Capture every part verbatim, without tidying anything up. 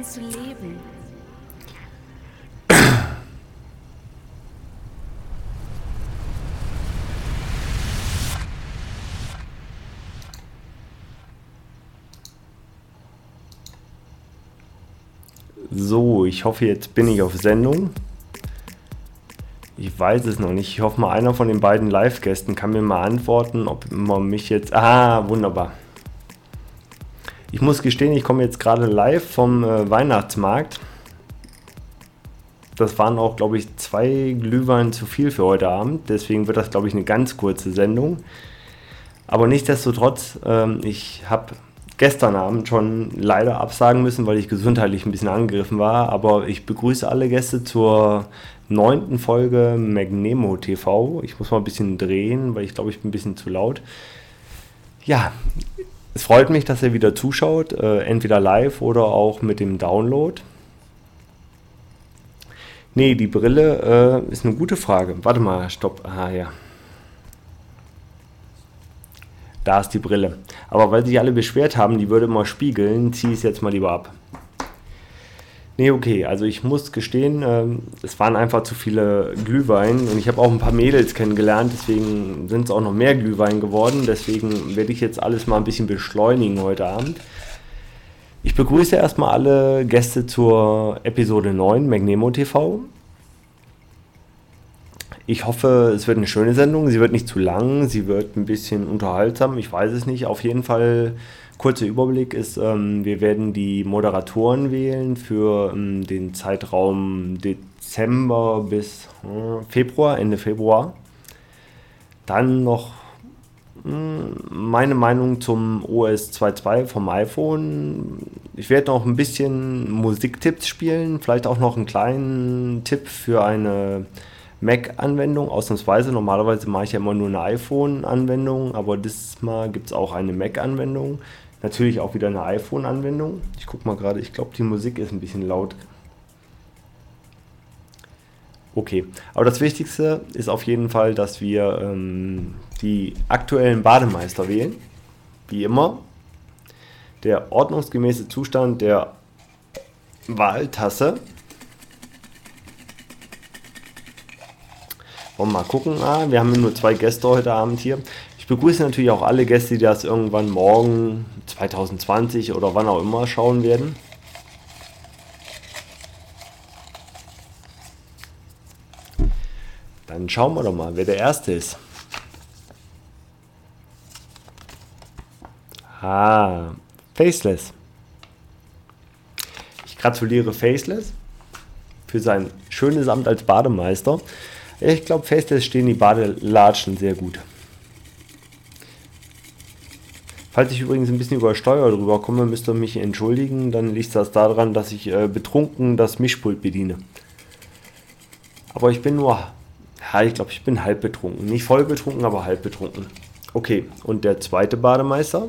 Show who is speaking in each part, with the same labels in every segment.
Speaker 1: kannst du leben.
Speaker 2: So, ich hoffe, jetzt bin ich auf Sendung. Ich weiß es noch nicht. Ich hoffe mal, einer von den beiden Live-Gästen kann mir mal antworten, ob man mich jetzt... Ah, wunderbar. Ich muss gestehen, ich komme jetzt gerade live vom äh, Weihnachtsmarkt. Das waren auch, glaube ich, zwei Glühwein zu viel für heute Abend. Deswegen wird das, glaube ich, eine ganz kurze Sendung. Aber nichtsdestotrotz, ähm, ich habe gestern Abend schon leider absagen müssen, weil ich gesundheitlich ein bisschen angegriffen war. Aber ich begrüße alle Gäste zur neunten Folge Magnemo T V. Ich muss mal ein bisschen drehen, weil ich glaube, ich bin ein bisschen zu laut. Ja, es freut mich, dass ihr wieder zuschaut, äh, entweder live oder auch mit dem Download. Nee, die Brille äh, ist eine gute Frage. Warte mal, stopp. Ah ja. Da ist die Brille. Aber weil sich alle beschwert haben, die würde immer spiegeln, ziehe ich es jetzt mal lieber ab. Nee, okay, also ich muss gestehen, ähm, es waren einfach zu viele Glühwein und ich habe auch ein paar Mädels kennengelernt, deswegen sind es auch noch mehr Glühwein geworden. Deswegen werde ich jetzt alles mal ein bisschen beschleunigen heute Abend. Ich begrüße erstmal alle Gäste zur Episode neun Magnemo T V. Ich hoffe, es wird eine schöne Sendung. Sie wird nicht zu lang, sie wird ein bisschen unterhaltsam, ich weiß es nicht. Auf jeden Fall, kurzer Überblick ist, ähm, wir werden die Moderatoren wählen für ähm, den Zeitraum Dezember bis äh, Februar, Ende Februar. Dann noch meine Meinung zum O S zwei Punkt zwei vom iPhone. Ich werde noch ein bisschen Musiktipps spielen, vielleicht auch noch einen kleinen Tipp für eine Mac-Anwendung, ausnahmsweise. Normalerweise mache ich ja immer nur eine iPhone-Anwendung, aber diesmal gibt es auch eine Mac-Anwendung. Natürlich auch wieder eine iPhone-Anwendung. Ich gucke mal gerade, ich glaube, die Musik ist ein bisschen laut. Okay, aber das Wichtigste ist auf jeden Fall, dass wir ähm, die aktuellen Bademeister wählen. Wie immer. Der ordnungsgemäße Zustand der Wahltasse. Wollen wir mal gucken. Ah, wir haben nur zwei Gäste heute Abend hier. Ich begrüße natürlich auch alle Gäste, die das irgendwann morgen zwanzig zwanzig oder wann auch immer schauen werden. Dann schauen wir doch mal, wer der Erste ist. Ah, Faceless. Ich gratuliere Faceless für sein schönes Amt als Bademeister. Ich glaube, Faceless stehen die Badelatschen sehr gut. Falls ich übrigens ein bisschen übersteuert drüber komme, müsst ihr mich entschuldigen. Dann liegt das daran, dass ich äh, betrunken das Mischpult bediene. Aber ich bin nur... Ja, ich glaube, ich bin halb betrunken. Nicht voll betrunken, aber halb betrunken. Okay, und der zweite Bademeister?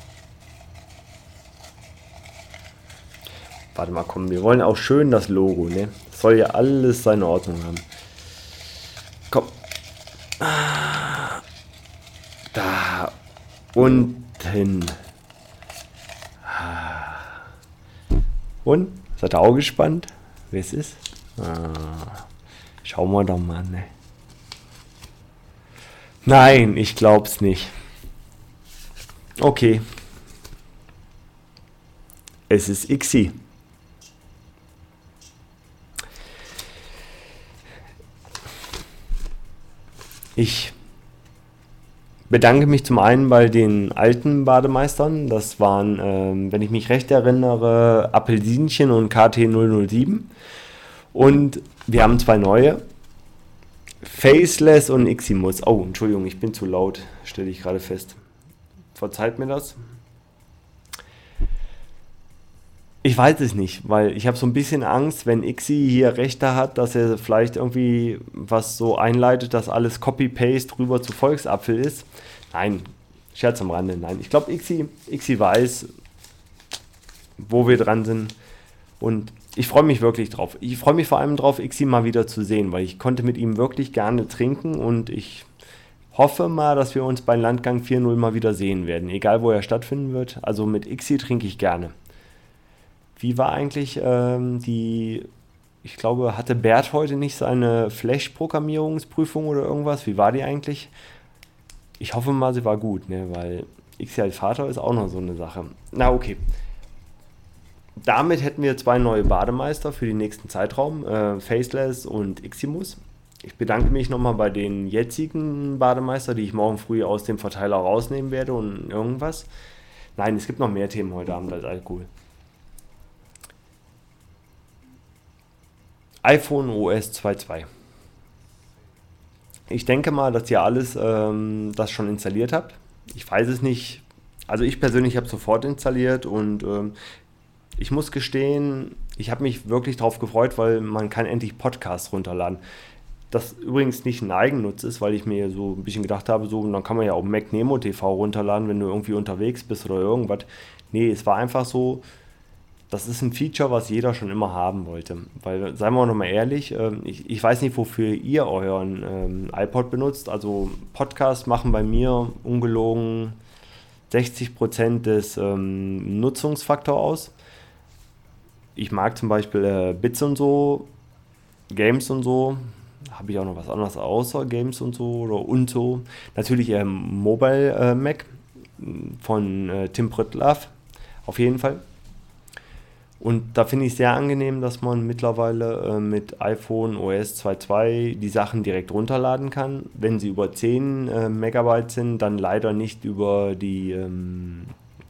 Speaker 2: Warte mal, komm, wir wollen auch schön das Logo, ne? Das soll ja alles seine Ordnung haben. Komm. Da. Unten. Und? Seid ihr auch gespannt, wer es ist? Ah, schauen wir doch mal, ne? Nein, ich glaub's nicht. Okay. Es ist Ixi. Ich bedanke mich zum einen bei den alten Bademeistern. Das waren, ähm, wenn ich mich recht erinnere, Apfelsinchen und K T null null sieben. Und wir haben zwei neue. Faceless und Iximus. Oh, Entschuldigung, ich bin zu laut, stelle ich gerade fest. Verzeiht mir das. Ich weiß es nicht, weil ich habe so ein bisschen Angst, wenn Ixi hier Rechte hat, dass er vielleicht irgendwie was so einleitet, dass alles Copy-Paste rüber zu Volksapfel ist. Nein, Scherz am Rande, nein. Ich glaube, Ixi, Ixi weiß, wo wir dran sind. Und ich freue mich wirklich drauf. Ich freue mich vor allem drauf, Ixi mal wieder zu sehen, weil ich konnte mit ihm wirklich gerne trinken und ich hoffe mal, dass wir uns beim Landgang vier null mal wieder sehen werden, egal wo er stattfinden wird. Also mit Ixi trinke ich gerne. Wie war eigentlich ähm, die, ich glaube, hatte Bert heute nicht seine Flash-Programmierungsprüfung oder irgendwas? Wie war die eigentlich? Ich hoffe mal, sie war gut, ne? Weil X als Vater ist auch noch so eine Sache. Na okay. Damit hätten wir zwei neue Bademeister für den nächsten Zeitraum, äh, Faceless und Iximus. Ich bedanke mich nochmal bei den jetzigen Bademeister, die ich morgen früh aus dem Verteiler rausnehmen werde und irgendwas. Nein, es gibt noch mehr Themen heute Abend als Alkohol. iPhone O S zwei Punkt zwei. Ich denke mal, dass ihr alles ähm, das schon installiert habt. Ich weiß es nicht. Also ich persönlich habe sofort installiert und ähm, ich muss gestehen, ich habe mich wirklich darauf gefreut, weil man kann endlich Podcasts runterladen. Das übrigens nicht ein Eigennutz ist, weil ich mir so ein bisschen gedacht habe, so, dann kann man ja auch Mac Nemo T V runterladen, wenn du irgendwie unterwegs bist oder irgendwas. Nee, es war einfach so, das ist ein Feature, was jeder schon immer haben wollte. Weil, seien wir auch nochmal ehrlich, ähm, ich, ich weiß nicht, wofür ihr euren ähm, iPod benutzt. Also Podcasts machen bei mir ungelogen sechzig Prozent des ähm, Nutzungsfaktors aus. Ich mag zum Beispiel äh, Bits und so, Games und so. Habe ich auch noch was anderes außer Games und so oder und so. Natürlich ähm, Mobile äh, Mac von äh, Tim Pritlove, auf jeden Fall. Und da finde ich sehr angenehm, dass man mittlerweile äh, mit iPhone O S zwei Punkt zwei die Sachen direkt runterladen kann. Wenn sie über zehn äh, Megabyte sind, dann leider nicht über die ähm,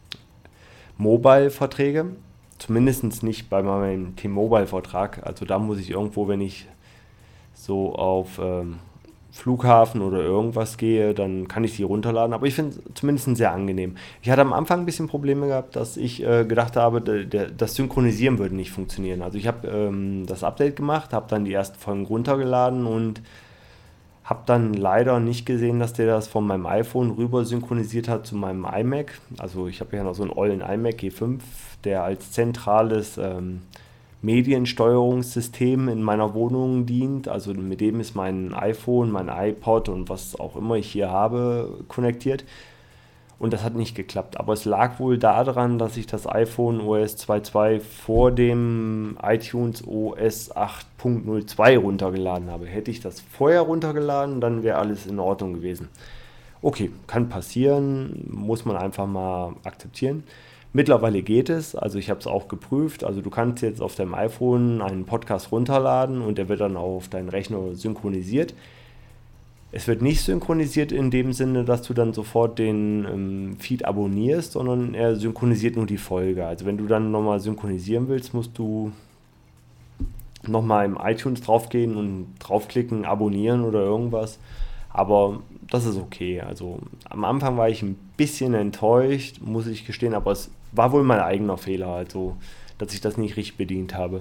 Speaker 2: Mobile-Verträge. Zumindest nicht bei meinem T-Mobile-Vertrag. Also da muss ich irgendwo, wenn ich so auf ähm, Flughafen oder irgendwas gehe, dann kann ich die runterladen. Aber ich finde es zumindest sehr angenehm. Ich hatte am Anfang ein bisschen Probleme gehabt, dass ich äh, gedacht habe, der, der, das Synchronisieren würde nicht funktionieren. Also ich habe ähm, das Update gemacht, habe dann die ersten Folgen runtergeladen und habe dann leider nicht gesehen, dass der das von meinem iPhone rüber synchronisiert hat zu meinem iMac. Also ich habe ja noch so einen ollen iMac G fünf, der als zentrales ähm, Mediensteuerungssystem in meiner Wohnung dient. Also mit dem ist mein iPhone, mein iPod und was auch immer ich hier habe, konnektiert. Und das hat nicht geklappt. Aber es lag wohl daran, dass ich das iPhone O S zwei Punkt zwei vor dem iTunes O S acht Punkt null zwei runtergeladen habe. Hätte ich das vorher runtergeladen, dann wäre alles in Ordnung gewesen. Okay, kann passieren, muss man einfach mal akzeptieren. Mittlerweile geht es, also ich habe es auch geprüft. Also du kannst jetzt auf deinem iPhone einen Podcast runterladen und der wird dann auch auf deinen Rechner synchronisiert. Es wird nicht synchronisiert in dem Sinne, dass du dann sofort den ähm, Feed abonnierst, sondern er synchronisiert nur die Folge. Also wenn du dann nochmal synchronisieren willst, musst du nochmal im iTunes draufgehen und draufklicken, abonnieren oder irgendwas. Aber das ist okay. Also am Anfang war ich ein bisschen enttäuscht, muss ich gestehen, aber es war wohl mein eigener Fehler, also dass ich das nicht richtig bedient habe.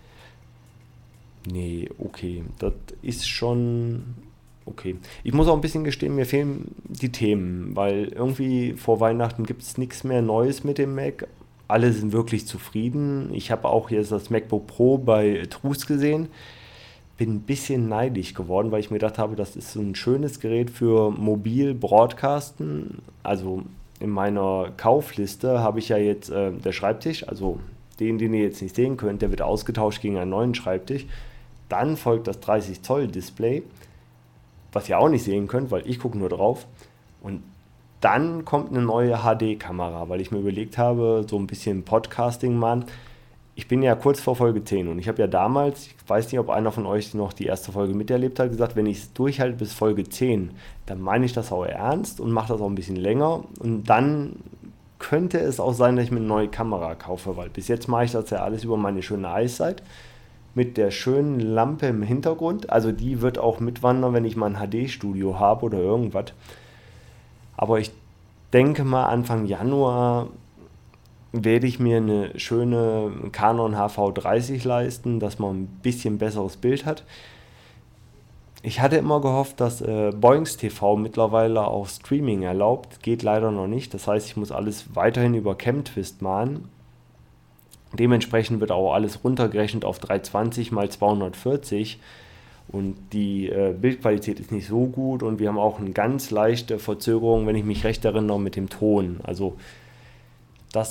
Speaker 2: Nee, okay, das ist schon okay. Ich muss auch ein bisschen gestehen, mir fehlen die Themen, weil irgendwie vor Weihnachten gibt es nichts mehr Neues mit dem Mac. Alle sind wirklich zufrieden. Ich habe auch jetzt das MacBook Pro bei Truss gesehen. Bin ein bisschen neidisch geworden, weil ich mir gedacht habe, das ist so ein schönes Gerät für mobil Broadcasten. Also in meiner Kaufliste habe ich ja jetzt äh, der Schreibtisch, also den, den ihr jetzt nicht sehen könnt, der wird ausgetauscht gegen einen neuen Schreibtisch. Dann folgt das dreißig Zoll Display, was ihr auch nicht sehen könnt, weil ich gucke nur drauf. Und dann kommt eine neue H D-Kamera, weil ich mir überlegt habe, so ein bisschen Podcasting machen. Ich bin ja kurz vor Folge zehn und ich habe ja damals, ich weiß nicht, ob einer von euch noch die erste Folge miterlebt hat, gesagt, wenn ich es durchhalte bis Folge zehn, dann meine ich das auch ernst und mache das auch ein bisschen länger. Und dann könnte es auch sein, dass ich mir eine neue Kamera kaufe, weil bis jetzt mache ich das ja alles über meine schöne iSight mit der schönen Lampe im Hintergrund. Also die wird auch mitwandern, wenn ich mal ein H D-Studio habe oder irgendwas. Aber ich denke mal, Anfang Januar werde ich mir eine schöne Canon H V dreißig leisten, dass man ein bisschen besseres Bild hat. Ich hatte immer gehofft, dass äh, Boings T V mittlerweile auch Streaming erlaubt. Geht leider noch nicht. Das heißt, ich muss alles weiterhin über CamTwist machen. Dementsprechend wird auch alles runtergerechnet auf dreihundertzwanzig mal zweihundertvierzig. Und die äh, Bildqualität ist nicht so gut und wir haben auch eine ganz leichte Verzögerung, wenn ich mich recht erinnere, mit dem Ton. Also das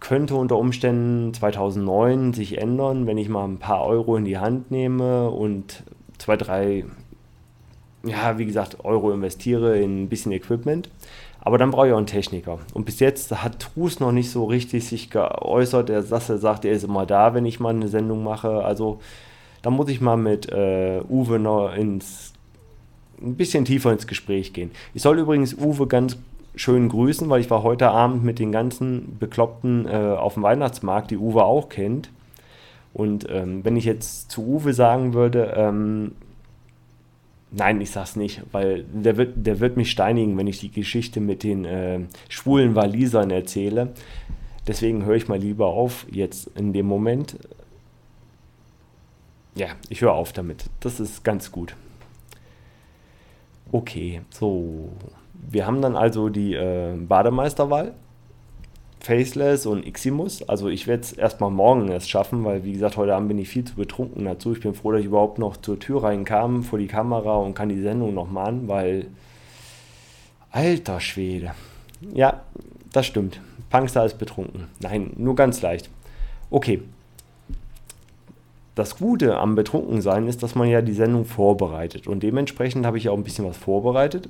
Speaker 2: könnte unter Umständen zweitausendneun sich ändern, wenn ich mal ein paar Euro in die Hand nehme und zwei, drei, ja, wie gesagt, Euro investiere in ein bisschen Equipment. Aber dann brauche ich auch einen Techniker. Und bis jetzt hat Trus noch nicht so richtig sich geäußert. Er sagt, er sagt, er ist immer da, wenn ich mal eine Sendung mache. Also da muss ich mal mit äh, Uwe noch ins, ein bisschen tiefer ins Gespräch gehen. Ich soll übrigens Uwe ganz schön grüßen, weil ich war heute Abend mit den ganzen Bekloppten äh, auf dem Weihnachtsmarkt, die Uwe auch kennt. Und ähm, wenn ich jetzt zu Uwe sagen würde, ähm, nein, ich sag's nicht, weil der wird, der wird mich steinigen, wenn ich die Geschichte mit den äh, schwulen Walisern erzähle. Deswegen höre ich mal lieber auf jetzt in dem Moment. Ja, ich höre auf damit. Das ist ganz gut. Okay, so. Wir haben dann also die äh, Bademeisterwahl, Faceless und Iximus. Also ich werde es erstmal morgen erst schaffen, weil wie gesagt, heute Abend bin ich viel zu betrunken dazu. Ich bin froh, dass ich überhaupt noch zur Tür reinkam, vor die Kamera und kann die Sendung noch machen, weil... Alter Schwede. Ja, das stimmt. Punkstar ist betrunken. Nein, nur ganz leicht. Okay. Das Gute am Betrunkensein ist, dass man ja die Sendung vorbereitet. Und dementsprechend habe ich auch ein bisschen was vorbereitet.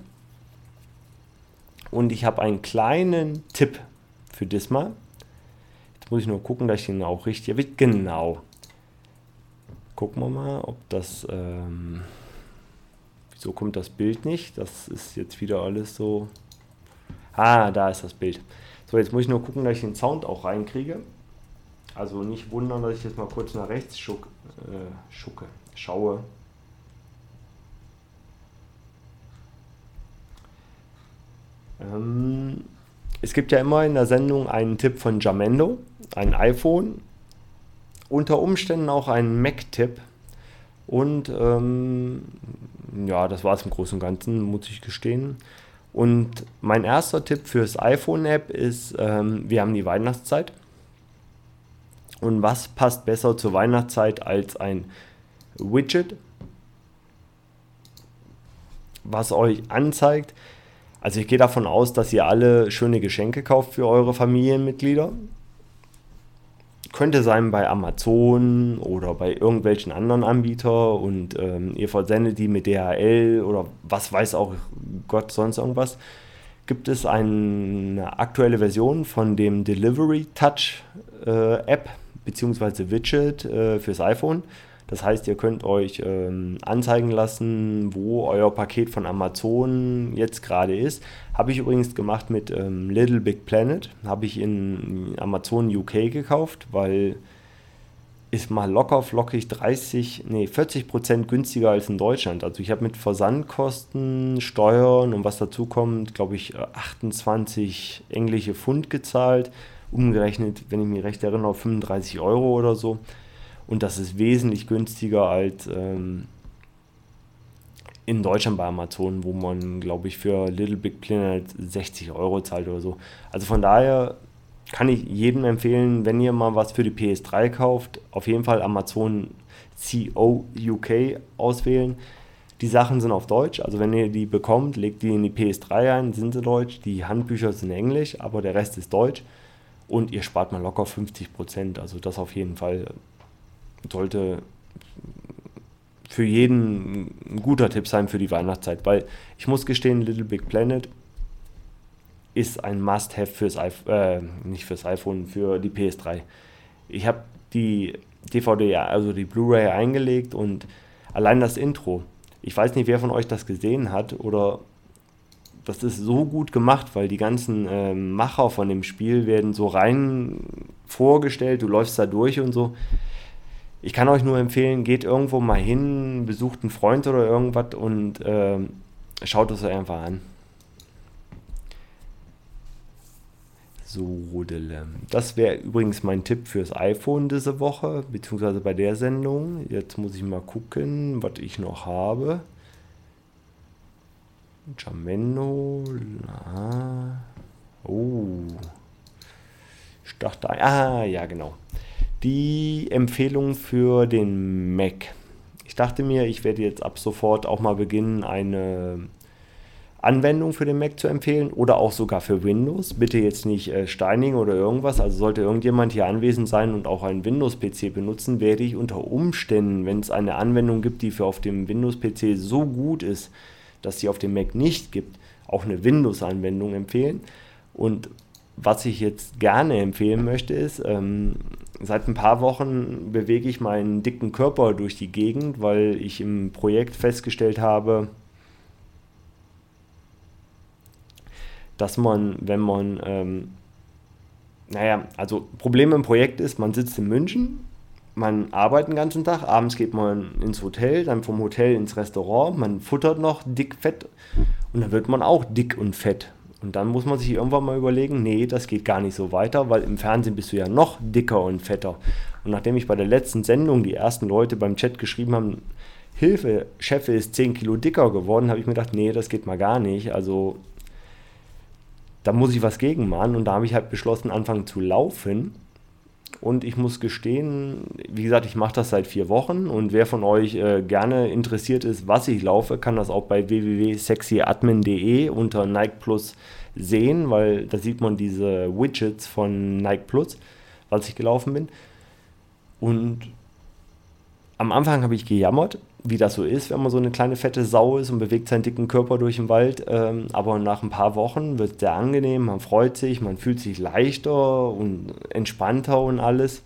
Speaker 2: Und ich habe einen kleinen Tipp für diesmal. Jetzt muss ich nur gucken, dass ich den auch richtig erwische. Genau. Gucken wir mal, ob das... Ähm, wieso kommt das Bild nicht? Das ist jetzt wieder alles so... Ah, da ist das Bild. So, jetzt muss ich nur gucken, dass ich den Sound auch reinkriege. Also nicht wundern, dass ich jetzt mal kurz nach rechts schuck, äh, schucke, schaue. Ähm, es gibt ja immer in der Sendung einen Tipp von Jamendo, ein iPhone, unter Umständen auch einen Mac-Tipp. Und ähm, ja, das war es im Großen und Ganzen, muss ich gestehen. Und mein erster Tipp fürs iPhone-App ist, ähm, wir haben die Weihnachtszeit. Und was passt besser zur Weihnachtszeit als ein Widget, was euch anzeigt? Also ich gehe davon aus, dass ihr alle schöne Geschenke kauft für eure Familienmitglieder. Könnte sein bei Amazon oder bei irgendwelchen anderen Anbietern und ähm, ihr versendet die mit D H L oder was weiß auch Gott sonst irgendwas. Gibt es eine aktuelle Version von dem Delivery Touch äh, App bzw. Widget äh, fürs iPhone. Das heißt, ihr könnt euch ähm, anzeigen lassen, wo euer Paket von Amazon jetzt gerade ist. Habe ich übrigens gemacht mit ähm, Little Big Planet. Habe ich in Amazon U K gekauft, weil ist mal locker flockig dreißig, nee, vierzig Prozent günstiger als in Deutschland. Also ich habe mit Versandkosten, Steuern und was dazu kommt, glaube ich, achtundzwanzig englische Pfund gezahlt. Umgerechnet, wenn ich mich recht erinnere, auf fünfunddreißig Euro oder so. Und das ist wesentlich günstiger als ähm, in Deutschland bei Amazon, wo man, glaube ich, für Little Big Planet sechzig Euro zahlt oder so. Also von daher kann ich jedem empfehlen, wenn ihr mal was für die P S drei kauft, auf jeden Fall Amazon C O U K auswählen. Die Sachen sind auf Deutsch, also wenn ihr die bekommt, legt die in die P S drei ein, sind sie deutsch. Die Handbücher sind Englisch, aber der Rest ist deutsch. Und ihr spart mal locker fünfzig Prozent, also das auf jeden Fall sollte für jeden ein guter Tipp sein für die Weihnachtszeit, weil ich muss gestehen, Little Big Planet ist ein Must-Have fürs iPhone, äh, nicht fürs iPhone, für die P S drei. Ich habe die D V D, also die Blu-ray eingelegt und allein das Intro, ich weiß nicht, wer von euch das gesehen hat oder das ist so gut gemacht, weil die ganzen äh, Macher von dem Spiel werden so rein vorgestellt, du läufst da durch und so. Ich kann euch nur empfehlen, geht irgendwo mal hin, besucht einen Freund oder irgendwas und äh, schaut es euch einfach an. So, das wäre übrigens mein Tipp fürs iPhone diese Woche, beziehungsweise bei der Sendung. Jetzt muss ich mal gucken, was ich noch habe. Jamendo. Ah, oh. Ich dachte, ah, ja, genau. Die Empfehlung für den Mac. Ich dachte mir, ich werde jetzt ab sofort auch mal beginnen, eine Anwendung für den Mac zu empfehlen oder auch sogar für Windows. Bitte jetzt nicht äh, steinigen oder irgendwas. Also sollte irgendjemand hier anwesend sein und auch einen Windows-P C benutzen, werde ich unter Umständen, wenn es eine Anwendung gibt, die für auf dem Windows-P C so gut ist, dass sie auf dem Mac nicht gibt, auch eine Windows-Anwendung empfehlen. Und was ich jetzt gerne empfehlen möchte ist, ähm, seit ein paar Wochen bewege ich meinen dicken Körper durch die Gegend, weil ich im Projekt festgestellt habe, dass man, wenn man, ähm, naja, also Problem im Projekt ist, man sitzt in München, man arbeitet den ganzen Tag, abends geht man ins Hotel, dann vom Hotel ins Restaurant, man futtert noch dick, fett und dann wird man auch dick und fett. Und dann muss man sich irgendwann mal überlegen, nee, das geht gar nicht so weiter, weil im Fernsehen bist du ja noch dicker und fetter. Und nachdem ich bei der letzten Sendung die ersten Leute beim Chat geschrieben haben, Hilfe, Chef ist zehn Kilo dicker geworden, habe ich mir gedacht, nee, das geht mal gar nicht. Also da muss ich was gegen machen und da habe ich halt beschlossen, anfangen zu laufen. Und ich muss gestehen, wie gesagt, ich mache das seit vier Wochen und wer von euch äh, gerne interessiert ist, was ich laufe, kann das auch bei w w w punkt sexy admin punkt de unter Nike Plus sehen, weil da sieht man diese Widgets von Nike Plus, als ich gelaufen bin. Und am Anfang habe ich gejammert, wie das so ist, wenn man so eine kleine fette Sau ist und bewegt seinen dicken Körper durch den Wald. Ähm, aber nach ein paar Wochen wird es sehr angenehm, man freut sich, man fühlt sich leichter und entspannter und alles.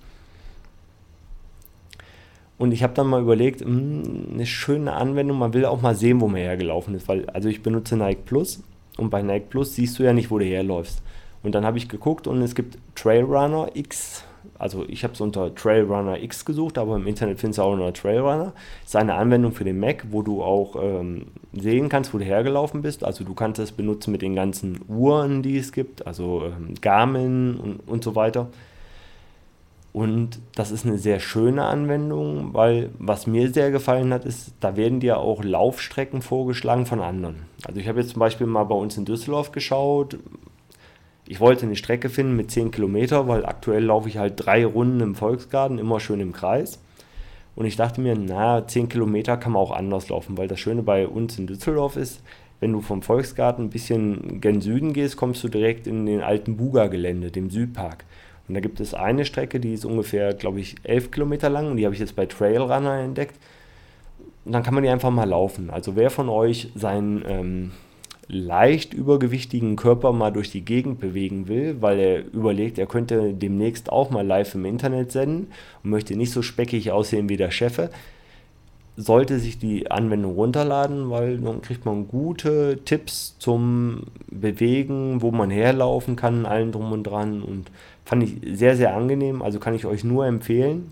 Speaker 2: Und ich habe dann mal überlegt, mh, eine schöne Anwendung, man will auch mal sehen, wo man hergelaufen ist. Weil, also ich benutze Nike Plus und bei Nike Plus siehst du ja nicht, wo du herläufst. Und dann habe ich geguckt und es gibt Trailrunner X. Also ich habe es unter Trailrunner X gesucht, aber im Internet findest du auch unter Trailrunner. Das ist eine Anwendung für den Mac, wo du auch ähm, sehen kannst, wo du hergelaufen bist. Also du kannst es benutzen mit den ganzen Uhren, die es gibt, also ähm, Garmin und, und so weiter. Und das ist eine sehr schöne Anwendung, weil was mir sehr gefallen hat, ist, da werden dir auch Laufstrecken vorgeschlagen von anderen. Also ich habe jetzt zum Beispiel mal bei uns in Düsseldorf geschaut. Ich wollte eine Strecke finden mit zehn Kilometer, weil aktuell laufe ich halt drei Runden im Volksgarten, immer schön im Kreis. Und ich dachte mir, na, zehn Kilometer kann man auch anders laufen, weil das Schöne bei uns in Düsseldorf ist, wenn du vom Volksgarten ein bisschen gen Süden gehst, kommst du direkt in den alten Buga-Gelände, dem Südpark. Und da gibt es eine Strecke, die ist ungefähr, glaube ich, elf Kilometer lang und die habe ich jetzt bei Trailrunner entdeckt. Und dann kann man die einfach mal laufen. Also wer von euch seinen ähm, leicht übergewichtigen Körper mal durch die Gegend bewegen will, weil er überlegt, er könnte demnächst auch mal live im Internet senden und möchte nicht so speckig aussehen wie der Chef, sollte sich die Anwendung runterladen, weil dann kriegt man gute Tipps zum Bewegen, wo man herlaufen kann, allen drum und dran und fand ich sehr, sehr angenehm, also kann ich euch nur empfehlen.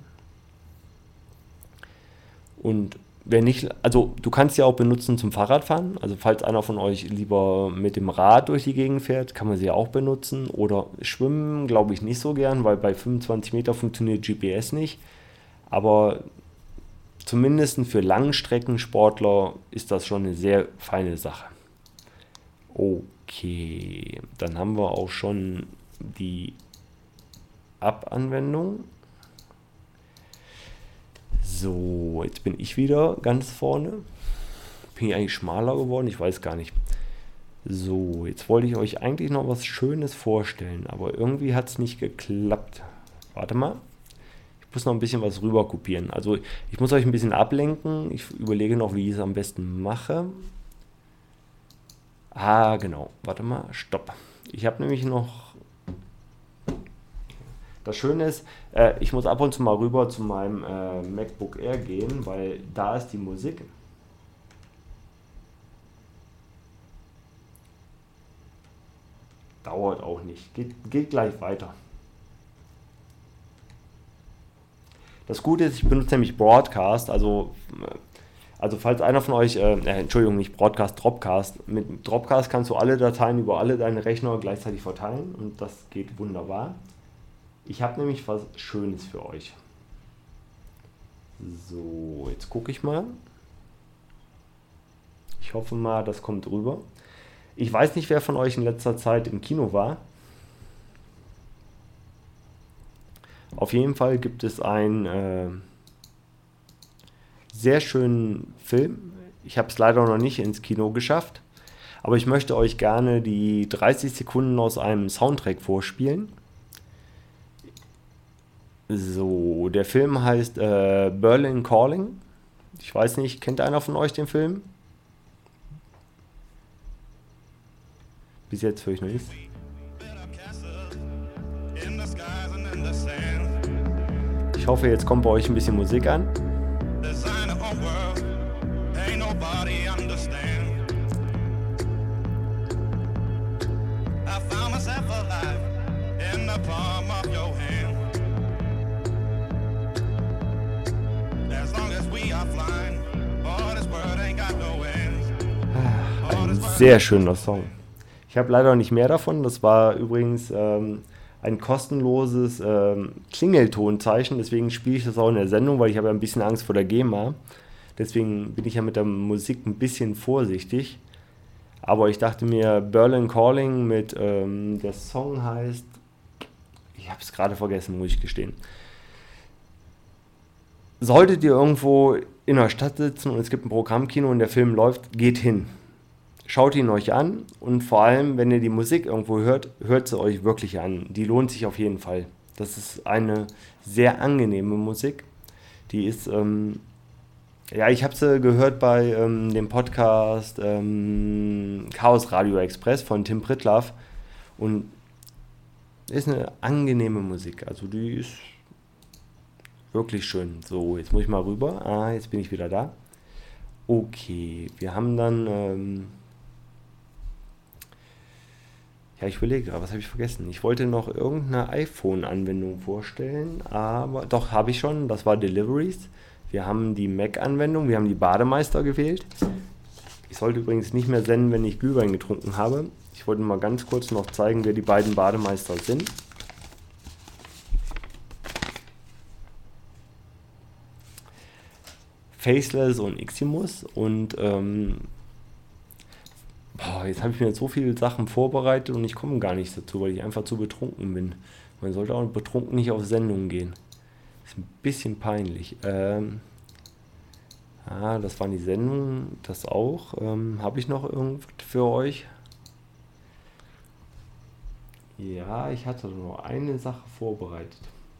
Speaker 2: Und wer nicht, also du kannst ja auch benutzen zum Fahrradfahren, also falls einer von euch lieber mit dem Rad durch die Gegend fährt, kann man sie auch benutzen oder schwimmen, glaube ich nicht so gern, weil bei fünfundzwanzig Meter funktioniert G P S nicht, aber zumindest für Langstreckensportler ist das schon eine sehr feine Sache. Okay, dann haben wir auch schon die App-Anwendung. So, jetzt bin ich wieder ganz vorne. Bin ich eigentlich schmaler geworden? Ich weiß gar nicht. So, jetzt wollte ich euch eigentlich noch was Schönes vorstellen, aber irgendwie hat es nicht geklappt. Warte mal. Ich muss noch ein bisschen was rüber kopieren. Also ich muss euch ein bisschen ablenken. Ich überlege noch, wie ich es am besten mache. Ah, genau. Warte mal. Stopp. Ich habe nämlich noch... Das Schöne ist, äh, ich muss ab und zu mal rüber zu meinem äh, MacBook Air gehen, weil da ist die Musik. Dauert auch nicht. Geht, geht gleich weiter. Das Gute ist, ich benutze nämlich Broadcast, also, also falls einer von euch, äh, äh, Entschuldigung, nicht Broadcast, Dropcast, mit Dropcast kannst du alle Dateien über alle deine Rechner gleichzeitig verteilen und das geht wunderbar. Ich habe nämlich was Schönes für euch. So, jetzt gucke ich mal. Ich hoffe mal, das kommt rüber. Ich weiß nicht, wer von euch in letzter Zeit im Kino war. Auf jeden Fall gibt es einen äh, sehr schönen Film. Ich habe es leider noch nicht ins Kino geschafft. Aber ich möchte euch gerne die dreißig Sekunden aus einem Soundtrack vorspielen. So, der Film heißt äh, Berlin Calling. Ich weiß nicht, kennt einer von euch den Film? Bis jetzt höre ich noch nichts. Ich hoffe, jetzt kommt bei euch ein bisschen Musik an. Ein sehr schöner Song. Ich habe leider nicht mehr davon. Das war übrigens ähm, ein kostenloses ähm, Klingeltonzeichen. Deswegen spiele ich das auch in der Sendung, weil ich habe ja ein bisschen Angst vor der GEMA. Deswegen bin ich ja mit der Musik ein bisschen vorsichtig. Aber ich dachte mir, Berlin Calling mit, ähm, der Song heißt, ich habe es gerade vergessen, muss ich gestehen. Solltet ihr irgendwo in der Stadt sitzen und es gibt ein Programmkino und der Film läuft, geht hin. Schaut ihn euch an und vor allem, wenn ihr die Musik irgendwo hört, hört sie euch wirklich an. Die lohnt sich auf jeden Fall. Das ist eine sehr angenehme Musik. Die ist, ähm, ja, ich habe sie gehört bei ähm, dem Podcast ähm, Chaos Radio Express von Tim Pritlove und ist eine angenehme Musik. Also die ist wirklich schön. So, jetzt muss ich mal rüber. Ah, jetzt bin ich wieder da. Okay, wir haben dann... Ähm, Ja, ich überlege, was habe ich vergessen? Ich wollte noch irgendeine iPhone-Anwendung vorstellen, aber doch, habe ich schon. Das war Deliveries. Wir haben die Mac-Anwendung, wir haben die Bademeister gewählt. Ich sollte übrigens nicht mehr senden, wenn ich Glühwein getrunken habe. Ich wollte mal ganz kurz noch zeigen, wer die beiden Bademeister sind. Faceless und Iximus und ähm, boah, jetzt habe ich mir jetzt so viele Sachen vorbereitet und ich komme gar nicht dazu, weil ich einfach zu betrunken bin. Man sollte auch betrunken nicht auf Sendung gehen. Ist ein bisschen peinlich. Ähm, ah, das waren die Sendungen, das auch. Ähm, habe ich noch irgendwas für euch? Ja, ich hatte nur eine Sache vorbereitet.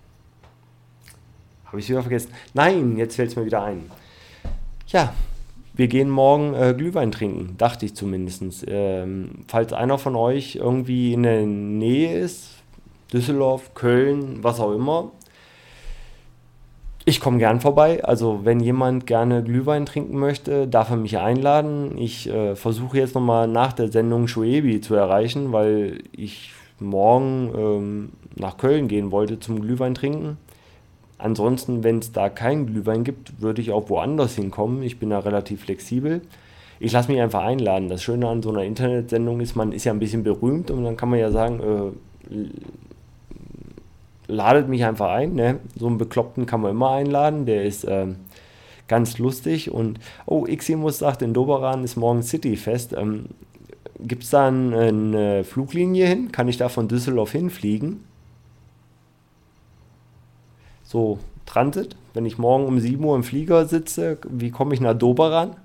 Speaker 2: Habe ich wieder vergessen? Nein, jetzt fällt es mir wieder ein. Ja, wir gehen morgen äh, Glühwein trinken, dachte ich zumindest. Ähm, falls einer von euch irgendwie in der Nähe ist, Düsseldorf, Köln, was auch immer, ich komme gern vorbei. Also wenn jemand gerne Glühwein trinken möchte, darf er mich einladen. Ich äh, versuche jetzt nochmal nach der Sendung Shoebi zu erreichen, weil ich morgen ähm, nach Köln gehen wollte zum Glühwein trinken. Ansonsten, wenn es da keinen Glühwein gibt, würde ich auch woanders hinkommen. Ich bin da relativ flexibel. Ich lasse mich einfach einladen. Das Schöne an so einer Internetsendung ist, man ist ja ein bisschen berühmt und dann kann man ja sagen, äh, ladet mich einfach ein. Ne? So einen Bekloppten kann man immer einladen. Der ist äh, ganz lustig. Und, oh, Iximus sagt, in Doberan ist morgen Cityfest. Ähm, Gibt es da ein, eine Fluglinie hin? Kann ich da von Düsseldorf hinfliegen? So, Transit, wenn ich morgen um sieben Uhr im Flieger sitze, wie komme ich nach Doberan?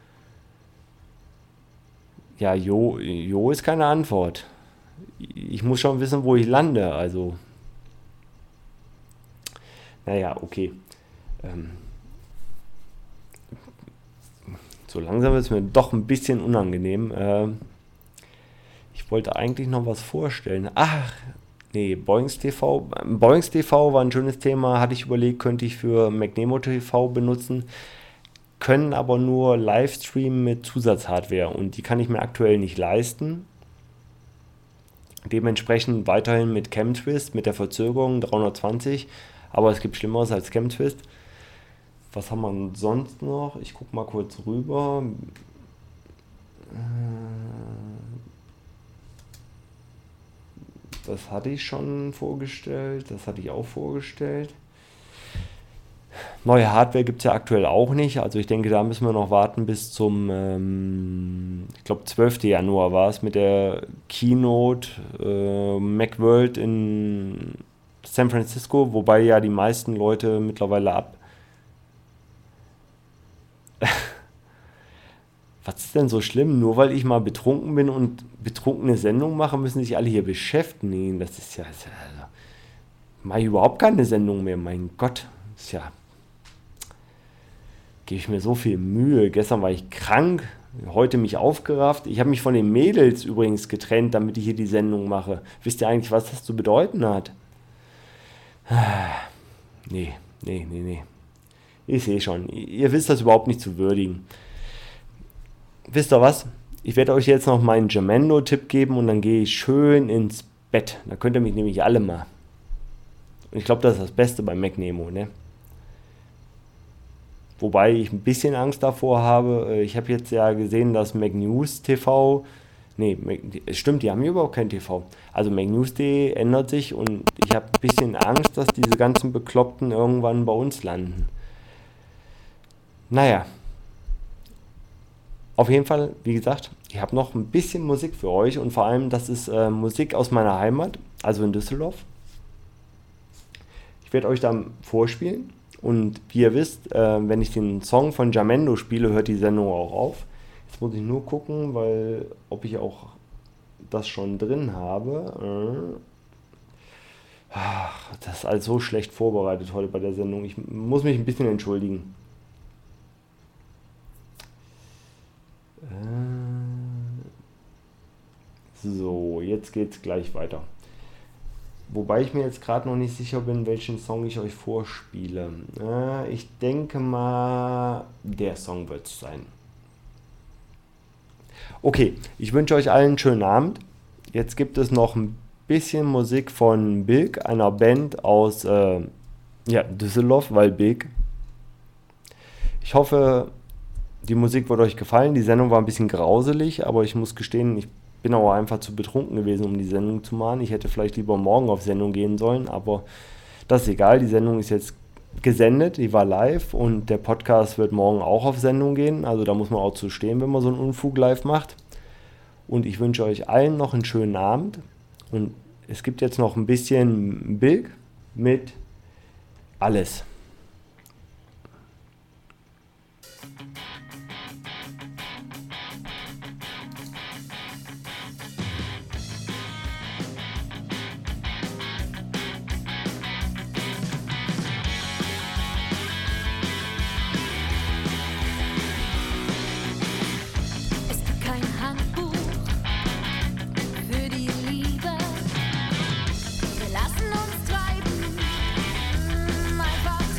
Speaker 2: Ja, Jo, Jo ist keine Antwort. Ich muss schon wissen, wo ich lande, also. Naja, okay. Ähm, so langsam ist es mir doch ein bisschen unangenehm. Ähm, ich wollte eigentlich noch was vorstellen. Ach, nee, Boings T V. Boings T V war ein schönes Thema, hatte ich überlegt, könnte ich für McNemo T V benutzen, können aber nur Livestreamen mit Zusatzhardware und die kann ich mir aktuell nicht leisten. Dementsprechend weiterhin mit ChemTwist, mit der Verzögerung dreihundertzwanzig, aber es gibt Schlimmeres als ChemTwist. Was haben wir sonst noch? Ich gucke mal kurz rüber. Das hatte ich schon vorgestellt, das hatte ich auch vorgestellt. Neue Hardware gibt es ja aktuell auch nicht, also ich denke, da müssen wir noch warten bis zum, ähm, ich glaube, zwölften Januar war es mit der Keynote äh, Macworld in San Francisco, wobei ja die meisten Leute mittlerweile ab Was ist denn so schlimm? Nur weil ich mal betrunken bin und betrunkene Sendungen mache, müssen sich alle hier beschäftigen. Das ist ja... Also, mache ich überhaupt keine Sendung mehr. Mein Gott, ist ja... Gebe ich mir so viel Mühe. Gestern war ich krank, heute mich aufgerafft. Ich habe mich von den Mädels übrigens getrennt, damit ich hier die Sendung mache. Wisst ihr eigentlich, was das zu bedeuten hat? Nee, nee, nee, nee. Ich sehe schon. Ihr wisst das überhaupt nicht zu würdigen. Wisst ihr was? Ich werde euch jetzt noch meinen Jamendo-Tipp geben und dann gehe ich schön ins Bett. Da könnt ihr mich nämlich alle mal. Und ich glaube, das ist das Beste bei MacNemo, ne? Wobei ich ein bisschen Angst davor habe. Ich habe jetzt ja gesehen, dass MacNews T V, nee, es stimmt, die haben hier überhaupt kein T V. Also MacNews punkt de ändert sich und ich habe ein bisschen Angst, dass diese ganzen Bekloppten irgendwann bei uns landen. Naja, auf jeden Fall, wie gesagt, ich habe noch ein bisschen Musik für euch und vor allem, das ist äh, Musik aus meiner Heimat, also in Düsseldorf. Ich werde euch dann vorspielen. Und wie ihr wisst, äh, wenn ich den Song von Jamendo spiele, hört die Sendung auch auf. Jetzt muss ich nur gucken, weil ob ich auch das schon drin habe. Äh, ach, das ist alles so schlecht vorbereitet heute bei der Sendung. Ich muss mich ein bisschen entschuldigen. Äh, so, jetzt geht's gleich weiter. Wobei ich mir jetzt gerade noch nicht sicher bin, welchen Song ich euch vorspiele. Äh, ich denke mal, der Song wird es sein. Okay, ich wünsche euch allen einen schönen Abend. Jetzt gibt es noch ein bisschen Musik von Bilk, einer Band aus äh, ja, Düsseldorf, weil Bilk. Ich hoffe, die Musik wird euch gefallen. Die Sendung war ein bisschen grauselig, aber ich muss gestehen, ich bin auch einfach zu betrunken gewesen, um die Sendung zu machen. Ich hätte vielleicht lieber morgen auf Sendung gehen sollen, aber das ist egal. Die Sendung ist jetzt gesendet, die war live und der Podcast wird morgen auch auf Sendung gehen. Also da muss man auch zu stehen, wenn man so einen Unfug live macht. Und ich wünsche euch allen noch einen schönen Abend. Und es gibt jetzt noch ein bisschen Bilk mit Alles.
Speaker 1: Lassen uns treiben, einfach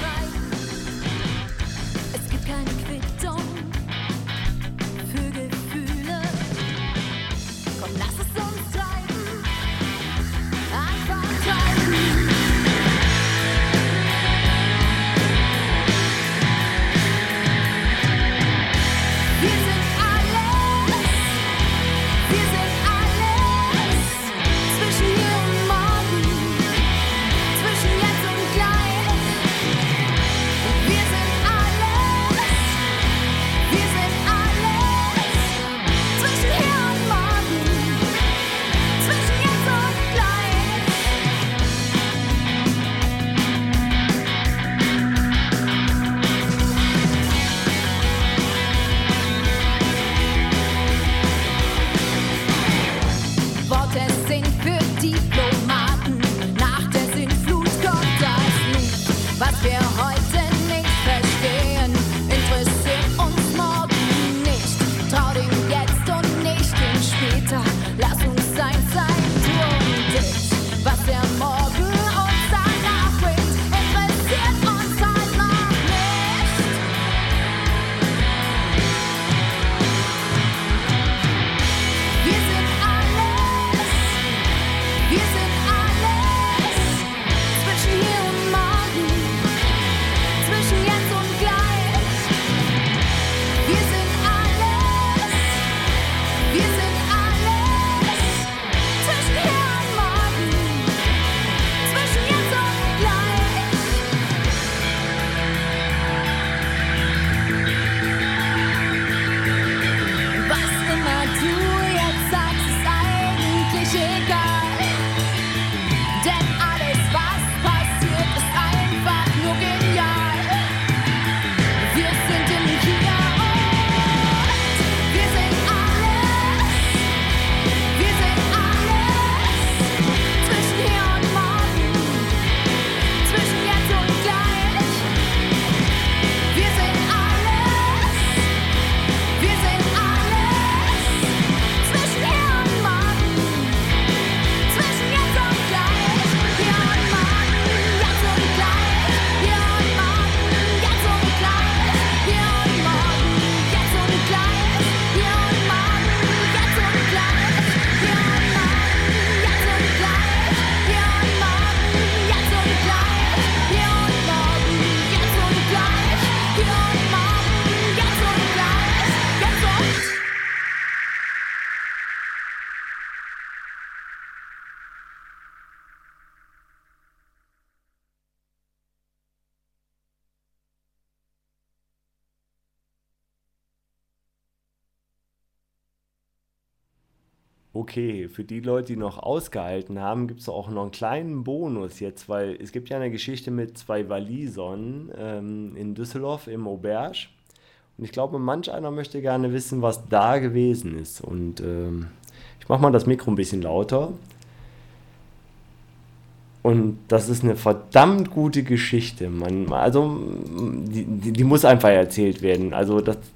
Speaker 2: Okay, für die Leute, die noch ausgehalten haben, gibt es auch noch einen kleinen Bonus jetzt, weil es gibt ja eine Geschichte mit zwei Walisern ähm, in Düsseldorf im Auberge. Und ich glaube, manch einer möchte gerne wissen, was da gewesen ist. Und ähm, ich mache mal das Mikro ein bisschen lauter. Und das ist eine verdammt gute Geschichte. Man, also, die, die, die muss einfach erzählt werden. Also, das,